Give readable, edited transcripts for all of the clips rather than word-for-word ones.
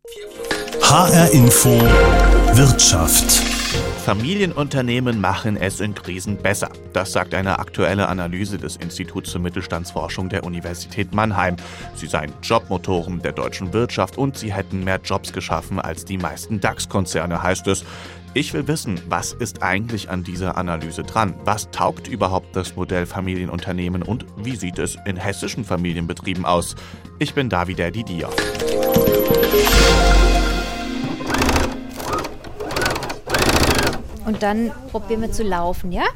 HR Info Wirtschaft. Familienunternehmen machen es in Krisen besser. Das sagt eine aktuelle Analyse des Instituts für Mittelstandsforschung der Universität Mannheim. Sie seien Jobmotoren der deutschen Wirtschaft und sie hätten mehr Jobs geschaffen als die meisten DAX-Konzerne, heißt es. Ich will wissen, was ist eigentlich an dieser Analyse dran? Was taugt überhaupt das Modell Familienunternehmen und wie sieht es in hessischen Familienbetrieben aus? Ich bin Davide Didier. Und dann probieren wir zu laufen, ja?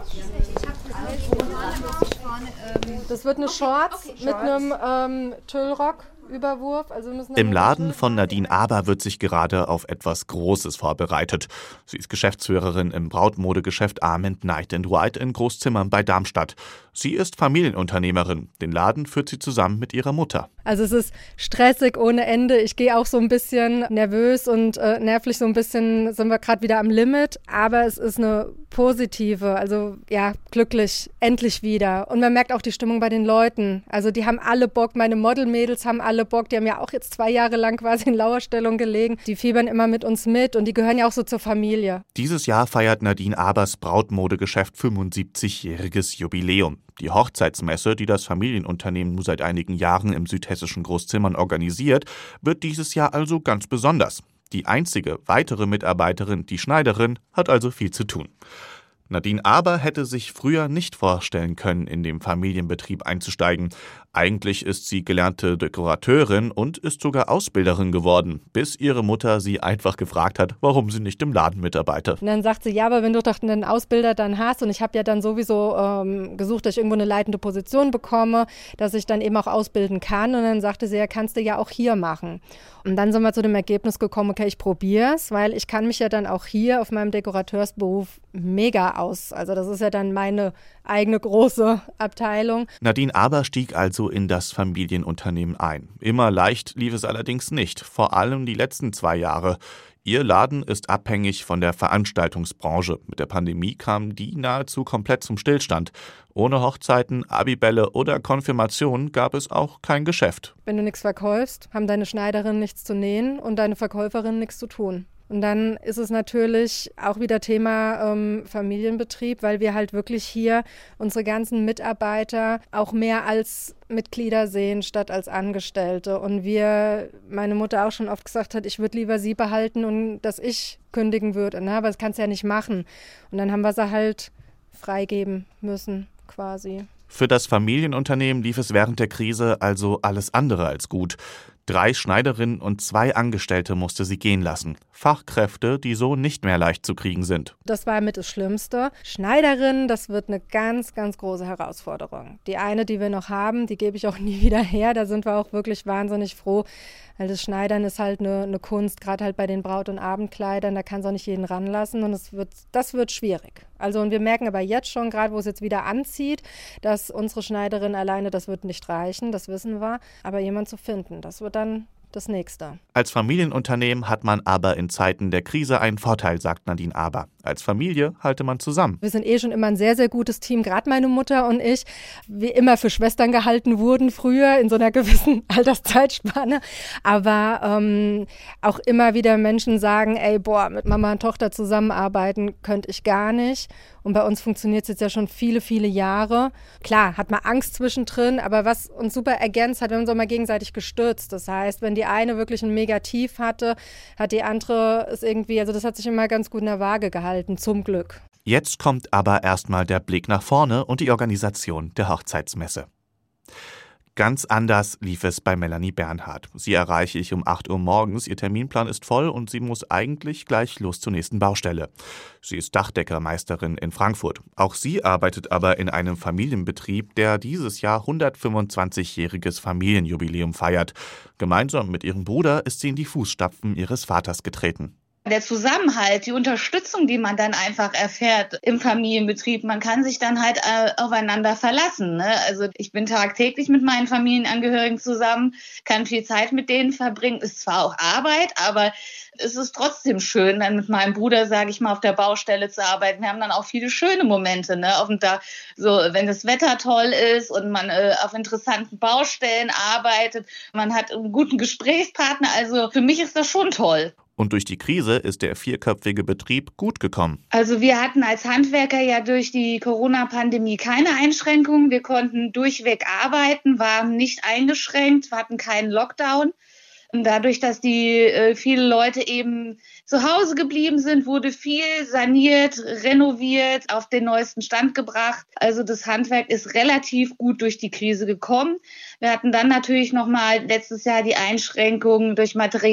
Das wird eine Shorts mit einem Tüllrock-Überwurf. Im Laden von Nadine Aber wird sich gerade auf etwas Großes vorbereitet. Sie ist Geschäftsführerin im Brautmodegeschäft Armand Knight White in Großzimmern bei Darmstadt. Sie ist Familienunternehmerin. Den Laden führt sie zusammen mit ihrer Mutter. Also es ist stressig ohne Ende. Ich gehe auch so ein bisschen nervös und nervlich so ein bisschen, sind wir gerade wieder am Limit. Aber es ist eine positive, also ja, glücklich, endlich wieder. Und man merkt auch die Stimmung bei den Leuten. Also die haben alle Bock, meine Modelmädels haben alle Bock. Die haben ja auch jetzt 2 Jahre lang quasi in Lauerstellung gelegen. Die fiebern immer mit uns mit und die gehören ja auch so zur Familie. Dieses Jahr feiert Nadine Abers Brautmodegeschäft 75-jähriges Jubiläum. Die Hochzeitsmesse, die das Familienunternehmen nun seit einigen Jahren im südhessischen Großzimmern organisiert, wird dieses Jahr also ganz besonders. Die einzige weitere Mitarbeiterin, die Schneiderin, hat also viel zu tun. Nadine Aber hätte sich früher nicht vorstellen können, in den Familienbetrieb einzusteigen. Eigentlich ist sie gelernte Dekorateurin und ist sogar Ausbilderin geworden, bis ihre Mutter sie einfach gefragt hat, warum sie nicht im Laden mitarbeite. Und dann sagt sie, ja, aber wenn du doch einen Ausbilder dann hast und ich habe ja dann sowieso gesucht, dass ich irgendwo eine leitende Position bekomme, dass ich dann eben auch ausbilden kann. Und dann sagte sie, ja, kannst du ja auch hier machen. Und dann sind wir zu dem Ergebnis gekommen, okay, ich probiere es, weil ich kann mich ja dann auch hier auf meinem Dekorateursberuf mega aus. Also das ist ja dann meine eigene große Abteilung. Nadine Aber stieg also in das Familienunternehmen ein. Immer leicht lief es allerdings nicht, vor allem die letzten 2 Jahre. Ihr Laden ist abhängig von der Veranstaltungsbranche. Mit der Pandemie kam die nahezu komplett zum Stillstand. Ohne Hochzeiten, Abibälle oder Konfirmationen gab es auch kein Geschäft. Wenn du nichts verkaufst, haben deine Schneiderinnen nichts zu nähen und deine Verkäuferinnen nichts zu tun. Und dann ist es natürlich auch wieder Thema Familienbetrieb, weil wir halt wirklich hier unsere ganzen Mitarbeiter auch mehr als Mitglieder sehen, statt als Angestellte. Und meine Mutter auch schon oft gesagt hat, ich würde lieber sie behalten und dass ich kündigen würde. Na, aber das kannst du ja nicht machen. Und dann haben wir sie halt freigeben müssen, quasi. Für das Familienunternehmen lief es während der Krise also alles andere als gut. 3 Schneiderinnen und 2 Angestellte musste sie gehen lassen. Fachkräfte, die so nicht mehr leicht zu kriegen sind. Das war mit das Schlimmste. Schneiderinnen, das wird eine ganz, ganz große Herausforderung. Die eine, die wir noch haben, die gebe ich auch nie wieder her. Da sind wir auch wirklich wahnsinnig froh. Weil das Schneidern ist halt eine Kunst, gerade halt bei den Braut- und Abendkleidern. Da kann es auch nicht jeden ranlassen und das wird schwierig. Also und wir merken aber jetzt schon, gerade wo es jetzt wieder anzieht, dass unsere Schneiderin alleine, das wird nicht reichen, das wissen wir. Aber jemand zu finden, das wird dann das Nächste. Als Familienunternehmen hat man aber in Zeiten der Krise einen Vorteil, sagt Nadine Aber. Als Familie halte man zusammen. Wir sind schon immer ein sehr, sehr gutes Team, gerade meine Mutter und ich, wie immer für Schwestern gehalten wurden früher in so einer gewissen Alterszeitspanne. Aber auch immer wieder Menschen sagen, ey, mit Mama und Tochter zusammenarbeiten könnte ich gar nicht. Und bei uns funktioniert es jetzt ja schon viele, viele Jahre. Klar, hat man Angst zwischendrin, aber was uns super ergänzt hat, wir haben uns auch mal gegenseitig gestützt. Das heißt, wenn die eine wirklich ein Mega-Tief hatte, hat die andere es irgendwie, also das hat sich immer ganz gut in der Waage gehalten, zum Glück. Jetzt kommt aber erstmal der Blick nach vorne und die Organisation der Hochzeitsmesse. Ganz anders lief es bei Melanie Bernhard. Sie erreiche ich um 8 Uhr morgens. Ihr Terminplan ist voll und sie muss eigentlich gleich los zur nächsten Baustelle. Sie ist Dachdeckermeisterin in Frankfurt. Auch sie arbeitet aber in einem Familienbetrieb, der dieses Jahr 125-jähriges Familienjubiläum feiert. Gemeinsam mit ihrem Bruder ist sie in die Fußstapfen ihres Vaters getreten. Der Zusammenhalt, die Unterstützung, die man dann einfach erfährt im Familienbetrieb, man kann sich dann halt aufeinander verlassen. Ne? Also ich bin tagtäglich mit meinen Familienangehörigen zusammen, kann viel Zeit mit denen verbringen. Ist zwar auch Arbeit, aber es ist trotzdem schön, dann mit meinem Bruder, sage ich mal, auf der Baustelle zu arbeiten. Wir haben dann auch viele schöne Momente, ne? So, wenn das Wetter toll ist und man auf interessanten Baustellen arbeitet, man hat einen guten Gesprächspartner. Also für mich ist das schon toll. Und durch die Krise ist der 4-köpfige Betrieb gut gekommen. Also wir hatten als Handwerker ja durch die Corona-Pandemie keine Einschränkungen. Wir konnten durchweg arbeiten, waren nicht eingeschränkt, wir hatten keinen Lockdown. Und dadurch, dass viele Leute eben zu Hause geblieben sind, wurde viel saniert, renoviert, auf den neuesten Stand gebracht. Also das Handwerk ist relativ gut durch die Krise gekommen. Wir hatten dann natürlich nochmal letztes Jahr die Einschränkungen durch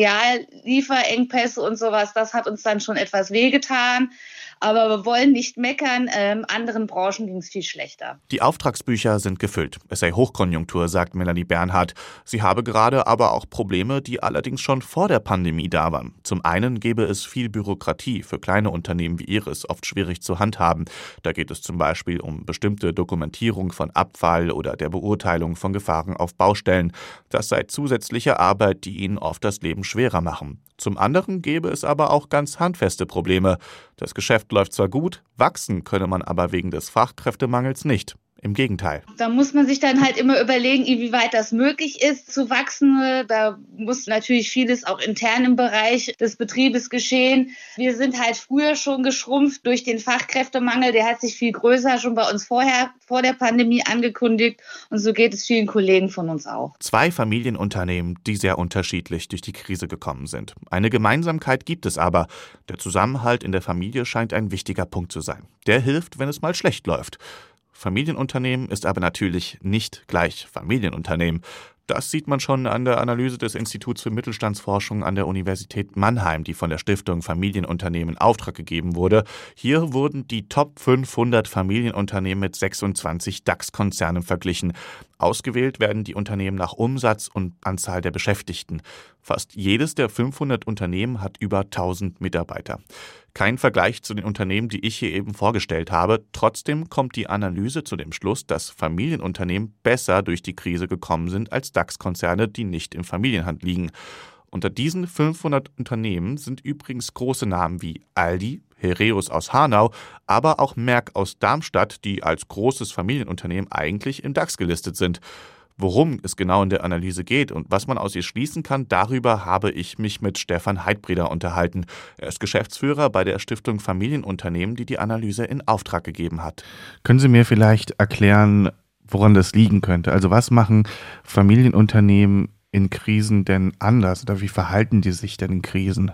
Materiallieferengpässe und sowas. Das hat uns dann schon etwas wehgetan. Aber wir wollen nicht meckern. Anderen Branchen ging es viel schlechter. Die Auftragsbücher sind gefüllt. Es sei Hochkonjunktur, sagt Melanie Bernhardt. Sie habe gerade aber auch Probleme, die allerdings schon vor der Pandemie da waren. Zum einen gäbe es viel Bürokratie, für kleine Unternehmen wie ihres oft schwierig zu handhaben. Da geht es zum Beispiel um bestimmte Dokumentierung von Abfall oder der Beurteilung von Gefahren auf Baustellen. Das sei zusätzliche Arbeit, die ihnen oft das Leben schwerer machen. Zum anderen gäbe es aber auch ganz handfeste Probleme. Das Geschäft läuft zwar gut, wachsen könne man aber wegen des Fachkräftemangels nicht. Im Gegenteil. Da muss man sich dann halt immer überlegen, inwieweit das möglich ist zu wachsen. Da muss natürlich vieles auch intern im Bereich des Betriebes geschehen. Wir sind halt früher schon geschrumpft durch den Fachkräftemangel. Der hat sich viel größer schon bei uns vor der Pandemie angekündigt. Und so geht es vielen Kollegen von uns auch. 2 Familienunternehmen, die sehr unterschiedlich durch die Krise gekommen sind. Eine Gemeinsamkeit gibt es aber. Der Zusammenhalt in der Familie scheint ein wichtiger Punkt zu sein. Der hilft, wenn es mal schlecht läuft. Familienunternehmen ist aber natürlich nicht gleich Familienunternehmen. Das sieht man schon an der Analyse des Instituts für Mittelstandsforschung an der Universität Mannheim, die von der Stiftung Familienunternehmen in Auftrag gegeben wurde. Hier wurden die Top 500 Familienunternehmen mit 26 DAX-Konzernen verglichen. Ausgewählt werden die Unternehmen nach Umsatz und Anzahl der Beschäftigten. Fast jedes der 500 Unternehmen hat über 1000 Mitarbeiter. Kein Vergleich zu den Unternehmen, die ich hier eben vorgestellt habe. Trotzdem kommt die Analyse zu dem Schluss, dass Familienunternehmen besser durch die Krise gekommen sind als DAX-Konzerne, die nicht in Familienhand liegen. Unter diesen 500 Unternehmen sind übrigens große Namen wie Aldi, Heraeus aus Hanau, aber auch Merck aus Darmstadt, die als großes Familienunternehmen eigentlich im DAX gelistet sind. Worum es genau in der Analyse geht und was man aus ihr schließen kann, darüber habe ich mich mit Stefan Heidbreder unterhalten. Er ist Geschäftsführer bei der Stiftung Familienunternehmen, die die Analyse in Auftrag gegeben hat. Können Sie mir vielleicht erklären, woran das liegen könnte? Also was machen Familienunternehmen in Krisen denn anders oder wie verhalten die sich denn in Krisen?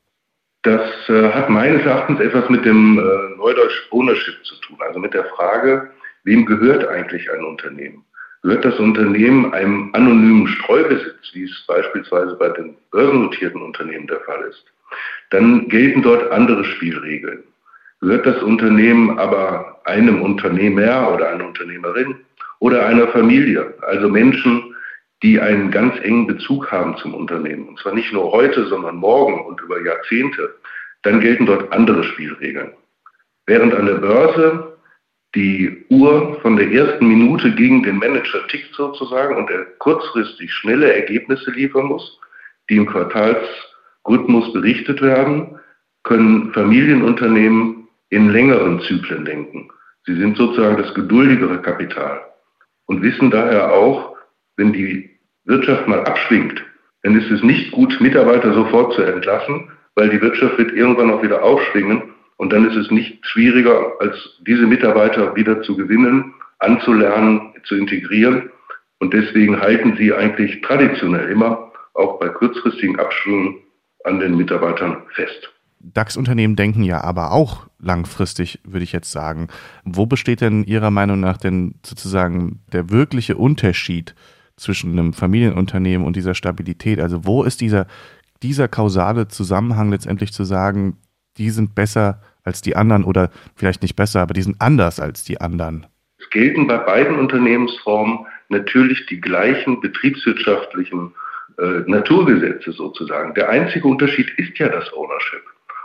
Das hat meines Erachtens etwas mit dem Neudeutsch Ownership zu tun, also mit der Frage, wem gehört eigentlich ein Unternehmen? Gehört das Unternehmen einem anonymen Streubesitz, wie es beispielsweise bei den börsennotierten Unternehmen der Fall ist, dann gelten dort andere Spielregeln. Gehört das Unternehmen aber einem Unternehmer oder einer Unternehmerin oder einer Familie, also Menschen, die einen ganz engen Bezug haben zum Unternehmen, und zwar nicht nur heute, sondern morgen und über Jahrzehnte, dann gelten dort andere Spielregeln. Während an der Börse die Uhr von der ersten Minute gegen den Manager tickt sozusagen und er kurzfristig schnelle Ergebnisse liefern muss, die im Quartalsrhythmus berichtet werden, können Familienunternehmen in längeren Zyklen denken. Sie sind sozusagen das geduldigere Kapital und wissen daher auch, wenn die Wirtschaft mal abschwingt, dann ist es nicht gut, Mitarbeiter sofort zu entlassen, weil die Wirtschaft wird irgendwann auch wieder aufschwingen. Und dann ist es nicht schwieriger, als diese Mitarbeiter wieder zu gewinnen, anzulernen, zu integrieren. Und deswegen halten sie eigentlich traditionell immer, auch bei kurzfristigen Abschwüngen, an den Mitarbeitern fest. DAX-Unternehmen denken ja aber auch langfristig, würde ich jetzt sagen. Wo besteht denn Ihrer Meinung nach denn sozusagen der wirkliche Unterschied zwischen einem Familienunternehmen und dieser Stabilität? Also wo ist dieser kausale Zusammenhang letztendlich zu sagen, die sind besser als die anderen oder vielleicht nicht besser, aber die sind anders als die anderen? Es gelten bei beiden Unternehmensformen natürlich die gleichen betriebswirtschaftlichen Naturgesetze sozusagen. Der einzige Unterschied ist ja das Ownership.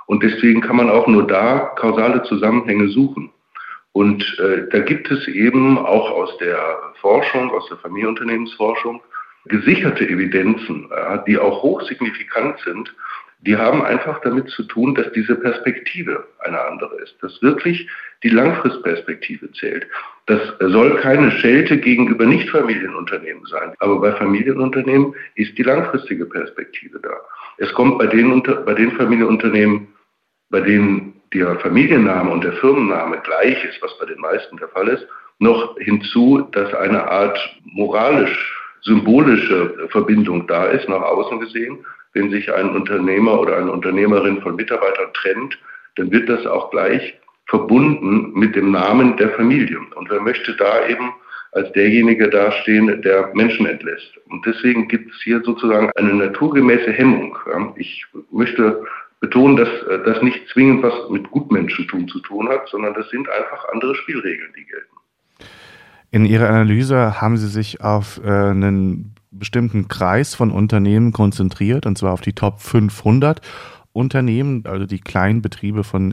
Und deswegen kann man auch nur da kausale Zusammenhänge suchen. Und da gibt es eben auch aus der Forschung, aus der Familienunternehmensforschung, gesicherte Evidenzen, die auch hochsignifikant sind. Die haben einfach damit zu tun, dass diese Perspektive eine andere ist, dass wirklich die Langfristperspektive zählt. Das soll keine Schelte gegenüber Nicht-Familienunternehmen sein, aber bei Familienunternehmen ist die langfristige Perspektive da. Es kommt bei den Familienunternehmen, bei denen der Familienname und der Firmenname gleich ist, was bei den meisten der Fall ist, noch hinzu, dass eine Art moralisch-symbolische Verbindung da ist, nach außen gesehen. Wenn sich ein Unternehmer oder eine Unternehmerin von Mitarbeitern trennt, dann wird das auch gleich verbunden mit dem Namen der Familie. Und wer möchte da eben als derjenige dastehen, der Menschen entlässt. Und deswegen gibt es hier sozusagen eine naturgemäße Hemmung. Ich möchte betonen, dass das nicht zwingend was mit Gutmenschentum zu tun hat, sondern das sind einfach andere Spielregeln, die gelten. In Ihrer Analyse haben Sie sich auf einen bestimmten Kreis von Unternehmen konzentriert, und zwar auf die Top 500 Unternehmen, also die kleinen Betriebe von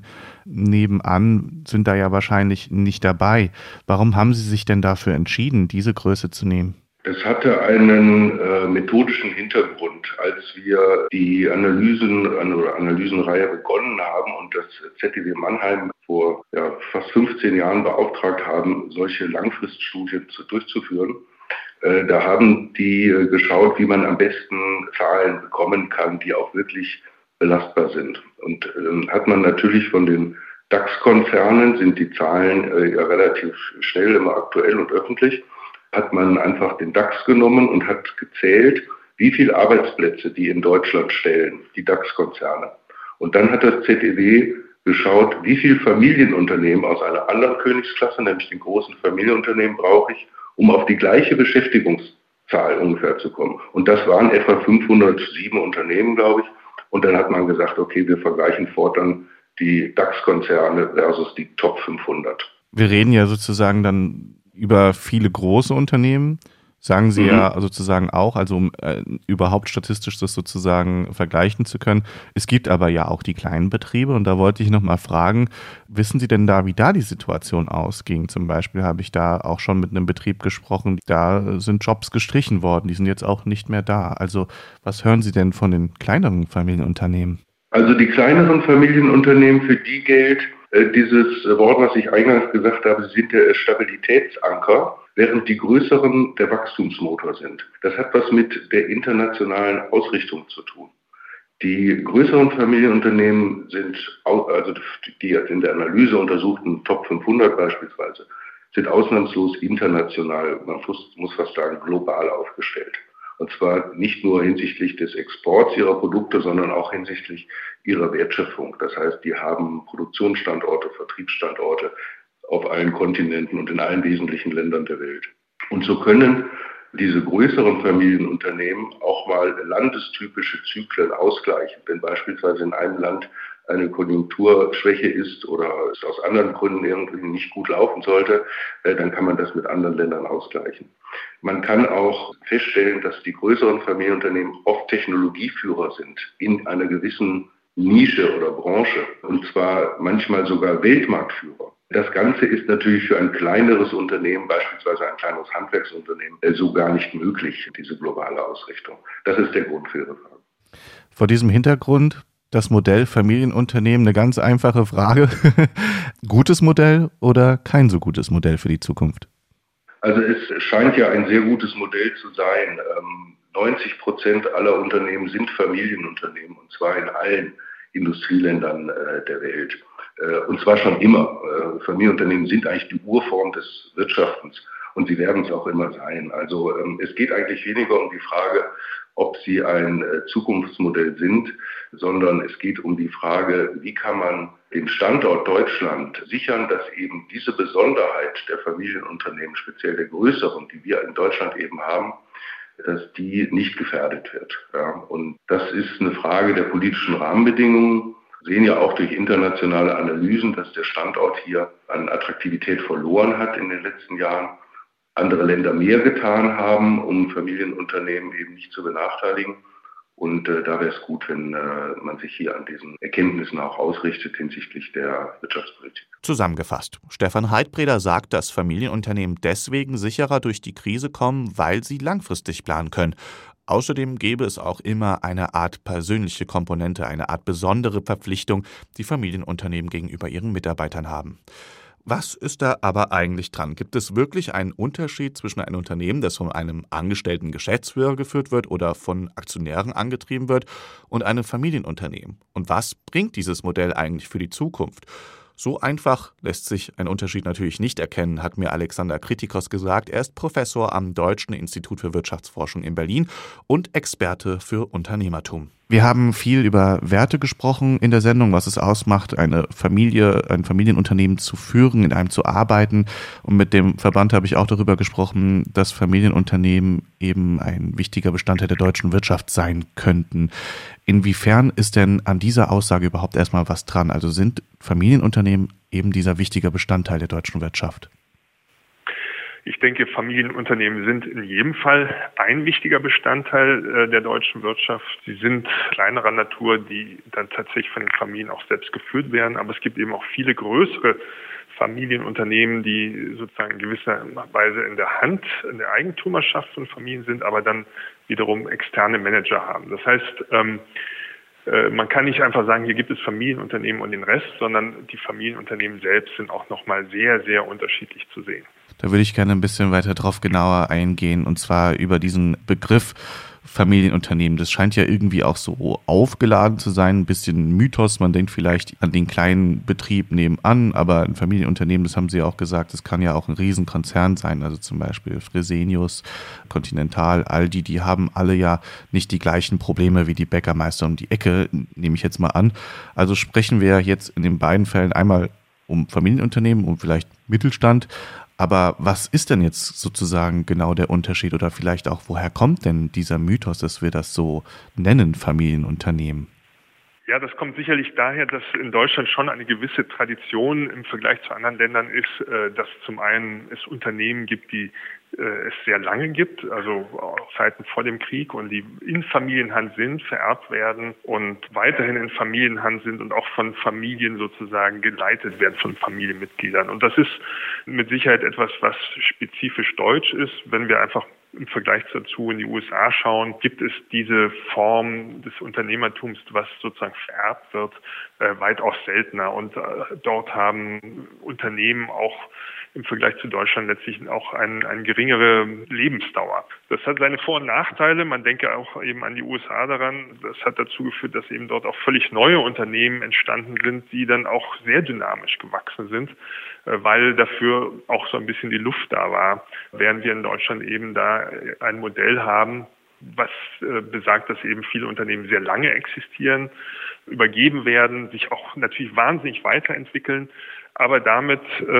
nebenan sind da ja wahrscheinlich nicht dabei. Warum haben Sie sich denn dafür entschieden, diese Größe zu nehmen? Es hatte einen methodischen Hintergrund, als wir die Analysenreihe begonnen haben und das ZDW Mannheim vor fast 15 Jahren beauftragt haben, solche Langfriststudien durchzuführen. Da haben die geschaut, wie man am besten Zahlen bekommen kann, die auch wirklich belastbar sind. Und hat man natürlich von den DAX-Konzernen, sind die Zahlen relativ schnell immer aktuell und öffentlich, hat man einfach den DAX genommen und hat gezählt, wie viele Arbeitsplätze die in Deutschland stellen, die DAX-Konzerne. Und dann hat das ZDW geschaut, wie viele Familienunternehmen aus einer anderen Königsklasse, nämlich den großen Familienunternehmen, brauche ich, um auf die gleiche Beschäftigungszahl ungefähr zu kommen. Und das waren etwa 507 Unternehmen, glaube ich. Und dann hat man gesagt, okay, wir vergleichen fortan die DAX-Konzerne versus die Top 500. Wir reden ja sozusagen dann über viele große Unternehmen, sagen Sie ja sozusagen auch, also um überhaupt statistisch das sozusagen vergleichen zu können. Es gibt aber ja auch die kleinen Betriebe und da wollte ich nochmal fragen, wissen Sie denn da, wie da die Situation ausging? Zum Beispiel habe ich da auch schon mit einem Betrieb gesprochen, da sind Jobs gestrichen worden, die sind jetzt auch nicht mehr da. Also was hören Sie denn von den kleineren Familienunternehmen? Also die kleineren Familienunternehmen, für die gilt dieses Wort, was ich eingangs gesagt habe, sind der Stabilitätsanker, während die größeren der Wachstumsmotor sind. Das hat was mit der internationalen Ausrichtung zu tun. Die größeren Familienunternehmen sind, also die in der Analyse untersuchten Top 500 beispielsweise, sind ausnahmslos international, man muss fast sagen global aufgestellt. Und zwar nicht nur hinsichtlich des Exports ihrer Produkte, sondern auch hinsichtlich ihrer Wertschöpfung. Das heißt, die haben Produktionsstandorte, Vertriebsstandorte auf allen Kontinenten und in allen wesentlichen Ländern der Welt. Und so können diese größeren Familienunternehmen auch mal landestypische Zyklen ausgleichen. Wenn beispielsweise in einem Land eine Konjunkturschwäche ist oder es aus anderen Gründen irgendwie nicht gut laufen sollte, dann kann man das mit anderen Ländern ausgleichen. Man kann auch feststellen, dass die größeren Familienunternehmen oft Technologieführer sind in einer gewissen Nische oder Branche und zwar manchmal sogar Weltmarktführer. Das Ganze ist natürlich für ein kleineres Unternehmen, beispielsweise ein kleineres Handwerksunternehmen, so gar nicht möglich, diese globale Ausrichtung. Das ist der Grund für Ihre Frage. Vor diesem Hintergrund das Modell Familienunternehmen, eine ganz einfache Frage. Gutes Modell oder kein so gutes Modell für die Zukunft? Also es scheint ja ein sehr gutes Modell zu sein. 90% aller Unternehmen sind Familienunternehmen und zwar in allen Industrieländern der Welt. Und zwar schon immer. Familienunternehmen sind eigentlich die Urform des Wirtschaftens und sie werden es auch immer sein. Also es geht eigentlich weniger um die Frage, ob sie ein Zukunftsmodell sind, sondern es geht um die Frage, wie kann man den Standort Deutschland sichern, dass eben diese Besonderheit der Familienunternehmen, speziell der größeren, die wir in Deutschland eben haben, dass die nicht gefährdet wird. Ja. Und das ist eine Frage der politischen Rahmenbedingungen. Wir sehen ja auch durch internationale Analysen, dass der Standort hier an Attraktivität verloren hat in den letzten Jahren. Andere Länder mehr getan haben, um Familienunternehmen eben nicht zu benachteiligen. Und da wäre es gut, wenn man sich hier an diesen Erkenntnissen auch ausrichtet hinsichtlich der Wirtschaftspolitik. Zusammengefasst. Stefan Heidbreder sagt, dass Familienunternehmen deswegen sicherer durch die Krise kommen, weil sie langfristig planen können. Außerdem gäbe es auch immer eine Art persönliche Komponente, eine Art besondere Verpflichtung, die Familienunternehmen gegenüber ihren Mitarbeitern haben. Was ist da aber eigentlich dran? Gibt es wirklich einen Unterschied zwischen einem Unternehmen, das von einem angestellten Geschäftsführer geführt wird oder von Aktionären angetrieben wird, und einem Familienunternehmen? Und was bringt dieses Modell eigentlich für die Zukunft? So einfach lässt sich ein Unterschied natürlich nicht erkennen, hat mir Alexander Kritikos gesagt. Er ist Professor am Deutschen Institut für Wirtschaftsforschung in Berlin und Experte für Unternehmertum. Wir haben viel über Werte gesprochen in der Sendung, was es ausmacht, eine Familie, ein Familienunternehmen zu führen, in einem zu arbeiten. Und mit dem Verband habe ich auch darüber gesprochen, dass Familienunternehmen eben ein wichtiger Bestandteil der deutschen Wirtschaft sein könnten. Inwiefern ist denn an dieser Aussage überhaupt erstmal was dran? Also sind Familienunternehmen eben dieser wichtige Bestandteil der deutschen Wirtschaft? Ich denke, Familienunternehmen sind in jedem Fall ein wichtiger Bestandteil der deutschen Wirtschaft. Sie sind kleinerer Natur, die dann tatsächlich von den Familien auch selbst geführt werden. Aber es gibt eben auch viele größere Familienunternehmen, die sozusagen in gewisser Weise in der Hand, in der Eigentumerschaft von Familien sind, aber dann wiederum externe Manager haben. Das heißt, man kann nicht einfach sagen, hier gibt es Familienunternehmen und den Rest, sondern die Familienunternehmen selbst sind auch nochmal sehr, sehr unterschiedlich zu sehen. Da würde ich gerne ein bisschen weiter drauf genauer eingehen, und zwar über diesen Begriff Familienunternehmen. Das scheint ja irgendwie auch so aufgeladen zu sein, ein bisschen Mythos. Man denkt vielleicht an den kleinen Betrieb nebenan, aber ein Familienunternehmen, das haben Sie ja auch gesagt, das kann ja auch ein Riesenkonzern sein. Also zum Beispiel Fresenius, Continental, Aldi, die haben alle ja nicht die gleichen Probleme wie die Bäckermeister um die Ecke, nehme ich jetzt mal an. Also sprechen wir jetzt in den beiden Fällen einmal um Familienunternehmen und vielleicht Mittelstand. Aber was ist denn jetzt sozusagen genau der Unterschied oder vielleicht auch, woher kommt denn dieser Mythos, dass wir das so nennen, Familienunternehmen? Ja, das kommt sicherlich daher, dass in Deutschland schon eine gewisse Tradition im Vergleich zu anderen Ländern ist, dass zum einen es Unternehmen gibt, die es sehr lange gibt, also auch Zeiten vor dem Krieg, und die in Familienhand sind, vererbt werden und weiterhin in Familienhand sind und auch von Familien sozusagen geleitet werden, von Familienmitgliedern. Und das ist mit Sicherheit etwas, was spezifisch deutsch ist. Wenn wir einfach im Vergleich dazu in die USA schauen, gibt es diese Form des Unternehmertums, was sozusagen vererbt wird, weitaus seltener. Und dort haben Unternehmen auch im Vergleich zu Deutschland letztlich auch eine geringere Lebensdauer. Das hat seine Vor- und Nachteile. Man denke auch eben an die USA daran. Das hat dazu geführt, dass eben dort auch völlig neue Unternehmen entstanden sind, die dann auch sehr dynamisch gewachsen sind, weil dafür auch so ein bisschen die Luft da war, während wir in Deutschland eben da ein Modell haben, was besagt, dass eben viele Unternehmen sehr lange existieren, übergeben werden, sich auch natürlich wahnsinnig weiterentwickeln, aber damit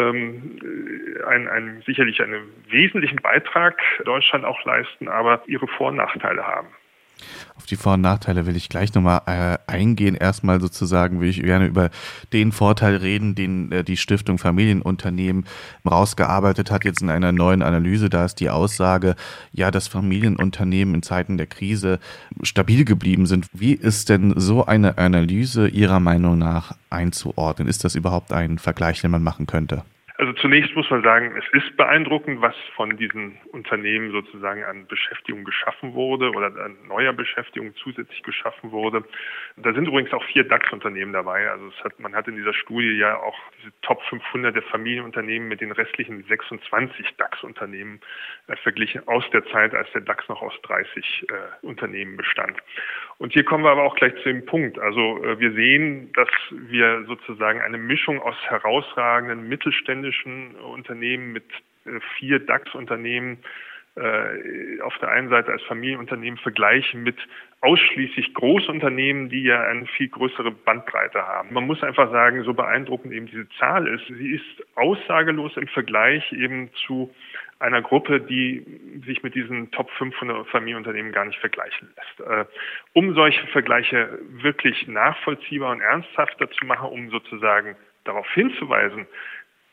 sicherlich einen wesentlichen Beitrag Deutschland auch leisten, aber ihre Vor- und Nachteile haben. Auf die Vor- und Nachteile will ich gleich nochmal eingehen. Erstmal sozusagen will ich gerne über den Vorteil reden, den die Stiftung Familienunternehmen rausgearbeitet hat, jetzt in einer neuen Analyse. Da ist die Aussage, ja, dass Familienunternehmen in Zeiten der Krise stabil geblieben sind. Wie ist denn so eine Analyse Ihrer Meinung nach einzuordnen? Ist das überhaupt ein Vergleich, den man machen könnte? Also zunächst muss man sagen, es ist beeindruckend, was von diesen Unternehmen sozusagen an Beschäftigung geschaffen wurde oder an neuer Beschäftigung zusätzlich geschaffen wurde. Da sind übrigens auch 4 DAX-Unternehmen dabei. Also man hat in dieser Studie ja auch diese Top 500 der Familienunternehmen mit den restlichen 26 DAX-Unternehmen verglichen aus der Zeit, als der DAX noch aus 30 Unternehmen bestand. Und hier kommen wir aber auch gleich zu dem Punkt. Also wir sehen, dass wir sozusagen eine Mischung aus herausragenden mittelständischen Unternehmen mit 4 DAX-Unternehmen auf der einen Seite als Familienunternehmen vergleichen mit ausschließlich Großunternehmen, die ja eine viel größere Bandbreite haben. Man muss einfach sagen, so beeindruckend eben diese Zahl ist, sie ist aussagelos im Vergleich eben zu einer Gruppe, die sich mit diesen Top 500 Familienunternehmen gar nicht vergleichen lässt. Um solche Vergleiche wirklich nachvollziehbar und ernsthafter zu machen, um sozusagen darauf hinzuweisen,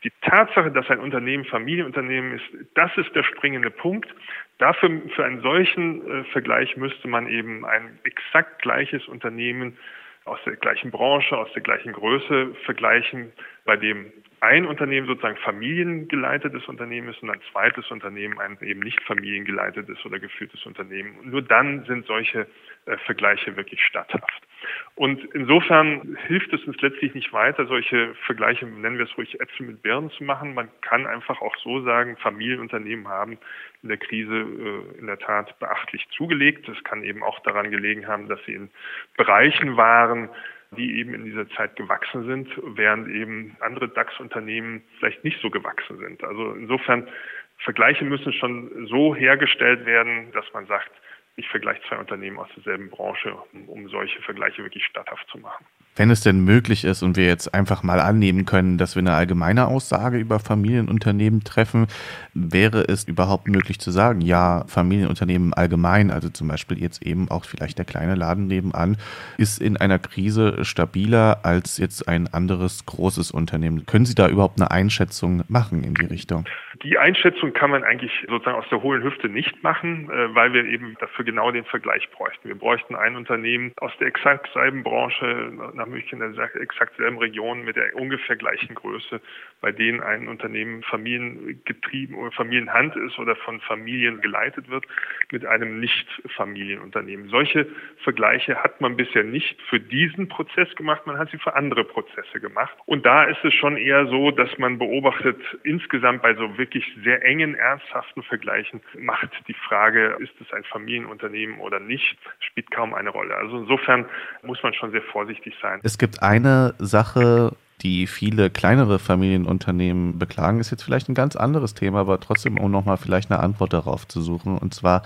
Die Tatsache, dass ein Unternehmen Familienunternehmen ist, das ist der springende Punkt. Dafür, für einen solchen Vergleich müsste man eben ein exakt gleiches Unternehmen aus der gleichen Branche, aus der gleichen Größe vergleichen, bei dem ein Unternehmen sozusagen familiengeleitetes Unternehmen ist und ein zweites Unternehmen ein eben nicht familiengeleitetes oder geführtes Unternehmen. Und nur dann sind solche Vergleiche wirklich statthaft. Und insofern hilft es uns letztlich nicht weiter, solche Vergleiche, nennen wir es ruhig Äpfel mit Birnen zu machen. Man kann einfach auch so sagen, Familienunternehmen haben in der Krise in der Tat beachtlich zugelegt. Das kann eben auch daran gelegen haben, dass sie in Bereichen waren, die eben in dieser Zeit gewachsen sind, während eben andere DAX-Unternehmen vielleicht nicht so gewachsen sind. Also insofern, Vergleiche müssen schon so hergestellt werden, dass man sagt, ich vergleiche zwei Unternehmen aus derselben Branche, um solche Vergleiche wirklich statthaft zu machen. Wenn es denn möglich ist und wir jetzt einfach mal annehmen können, dass wir eine allgemeine Aussage über Familienunternehmen treffen, wäre es überhaupt möglich zu sagen, ja, Familienunternehmen allgemein, also zum Beispiel jetzt eben auch vielleicht der kleine Laden nebenan, ist in einer Krise stabiler als jetzt ein anderes großes Unternehmen. Können Sie da überhaupt eine Einschätzung machen in die Richtung? Die Einschätzung kann man eigentlich sozusagen aus der hohlen Hüfte nicht machen, weil wir eben dafür genau den Vergleich bräuchten. Wir bräuchten ein Unternehmen aus der exakt selben Branche, nach München in der exakt selben Region mit der ungefähr gleichen Größe, bei denen ein Unternehmen familiengetrieben oder Familienhand ist oder von Familien geleitet wird, mit einem Nicht-Familienunternehmen. Solche Vergleiche hat man bisher nicht für diesen Prozess gemacht, man hat sie für andere Prozesse gemacht. Und da ist es schon eher so, dass man beobachtet, insgesamt bei so wirklich sehr engen, ernsthaften Vergleichen macht die Frage, ist es ein Familienunternehmen oder nicht, spielt kaum eine Rolle. Also insofern muss man schon sehr vorsichtig sein. Es gibt eine Sache, die viele kleinere Familienunternehmen beklagen, ist jetzt vielleicht ein ganz anderes Thema, aber trotzdem, um nochmal vielleicht eine Antwort darauf zu suchen. Und zwar,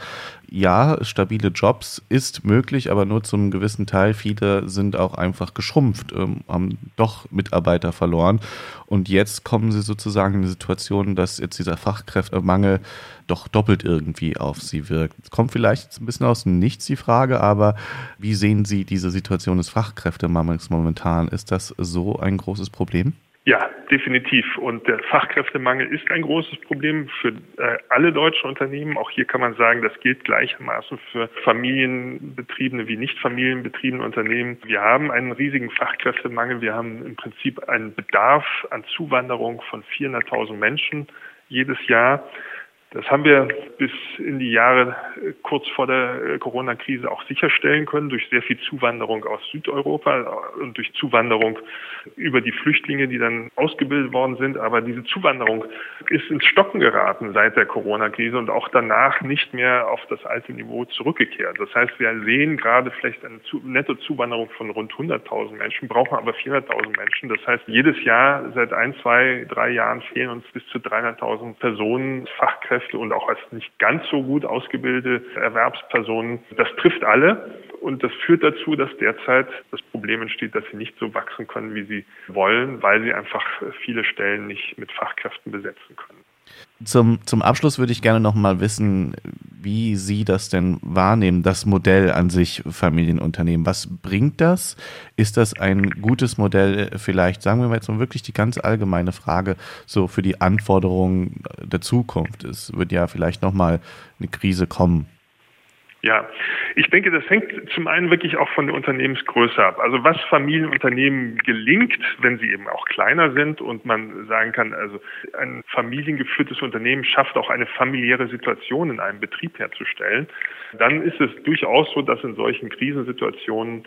ja, stabile Jobs ist möglich, aber nur zum gewissen Teil. Viele sind auch einfach geschrumpft, haben doch Mitarbeiter verloren. Und jetzt kommen sie sozusagen in eine Situation, dass jetzt dieser Fachkräftemangel doch doppelt irgendwie auf sie wirkt. Es kommt vielleicht jetzt ein bisschen aus dem Nichts die Frage, aber wie sehen Sie diese Situation des Fachkräftemangels momentan? Ist das so ein großes Problem? Ja, definitiv. Und der Fachkräftemangel ist ein großes Problem für alle deutschen Unternehmen. Auch hier kann man sagen, das gilt gleichermaßen für familienbetriebene wie nicht familienbetriebene Unternehmen. Wir haben einen riesigen Fachkräftemangel. Wir haben im Prinzip einen Bedarf an Zuwanderung von 400.000 Menschen jedes Jahr. Das haben wir bis in die Jahre kurz vor der Corona-Krise auch sicherstellen können, durch sehr viel Zuwanderung aus Südeuropa und durch Zuwanderung über die Flüchtlinge, die dann ausgebildet worden sind. Aber diese Zuwanderung ist ins Stocken geraten seit der Corona-Krise und auch danach nicht mehr auf das alte Niveau zurückgekehrt. Das heißt, wir sehen gerade vielleicht eine Nettozuwanderung von rund 100.000 Menschen, brauchen aber 400.000 Menschen. Das heißt, jedes Jahr seit 1, 2, 3 Jahren fehlen uns bis zu 300.000 Personen, Fachkräfte, und auch als nicht ganz so gut ausgebildete Erwerbspersonen. Das trifft alle und das führt dazu, dass derzeit das Problem entsteht, dass sie nicht so wachsen können, wie sie wollen, weil sie einfach viele Stellen nicht mit Fachkräften besetzen können. Zum Abschluss würde ich gerne noch mal wissen, wie Sie das denn wahrnehmen, das Modell an sich Familienunternehmen. Was bringt das? Ist das ein gutes Modell vielleicht, sagen wir mal jetzt mal wirklich die ganz allgemeine Frage, so für die Anforderungen der Zukunft? Es wird ja vielleicht noch mal eine Krise kommen. Ja, ich denke, das hängt zum einen wirklich auch von der Unternehmensgröße ab. Also was Familienunternehmen gelingt, wenn sie eben auch kleiner sind und man sagen kann, also ein familiengeführtes Unternehmen schafft auch eine familiäre Situation in einem Betrieb herzustellen, dann ist es durchaus so, dass in solchen Krisensituationen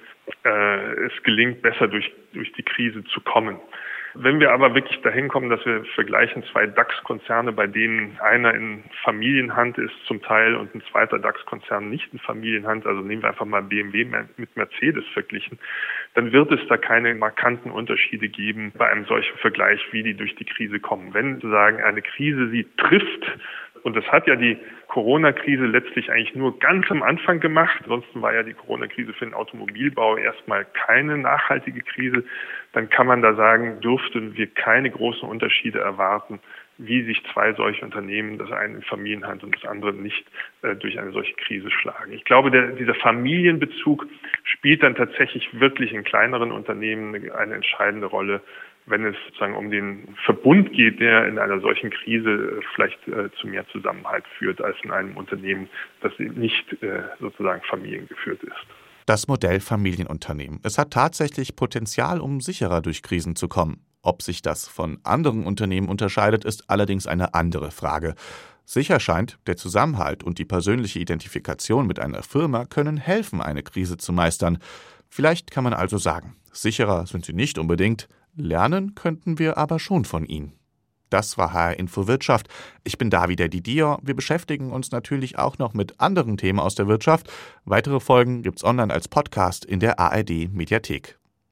es gelingt, besser durch die Krise zu kommen. Wenn wir aber wirklich dahin kommen, dass wir vergleichen zwei DAX-Konzerne, bei denen einer in Familienhand ist zum Teil und ein zweiter DAX-Konzern nicht in Familienhand, also nehmen wir einfach mal BMW mit Mercedes verglichen, dann wird es da keine markanten Unterschiede geben bei einem solchen Vergleich, wie die durch die Krise kommen. Wenn sozusagen eine Krise sie trifft, und das hat ja die Corona-Krise letztlich eigentlich nur ganz am Anfang gemacht. Ansonsten war ja die Corona-Krise für den Automobilbau erstmal keine nachhaltige Krise. Dann kann man da sagen, dürften wir keine großen Unterschiede erwarten, wie sich zwei solche Unternehmen, das eine in Familienhand und das andere nicht, durch eine solche Krise schlagen. Ich glaube, dieser Familienbezug spielt dann tatsächlich wirklich in kleineren Unternehmen eine entscheidende Rolle, wenn es sozusagen um den Verbund geht, der in einer solchen Krise vielleicht zu mehr Zusammenhalt führt als in einem Unternehmen, das nicht sozusagen familiengeführt ist. Das Modell Familienunternehmen. Es hat tatsächlich Potenzial, um sicherer durch Krisen zu kommen. Ob sich das von anderen Unternehmen unterscheidet, ist allerdings eine andere Frage. Sicher scheint, der Zusammenhalt und die persönliche Identifikation mit einer Firma können helfen, eine Krise zu meistern. Vielleicht kann man also sagen, sicherer sind sie nicht unbedingt, lernen könnten wir aber schon von ihnen. Das war HR Info Wirtschaft. Ich bin Davide Didier. Wir beschäftigen uns natürlich auch noch mit anderen Themen aus der Wirtschaft. Weitere Folgen gibt's online als Podcast in der ARD Mediathek.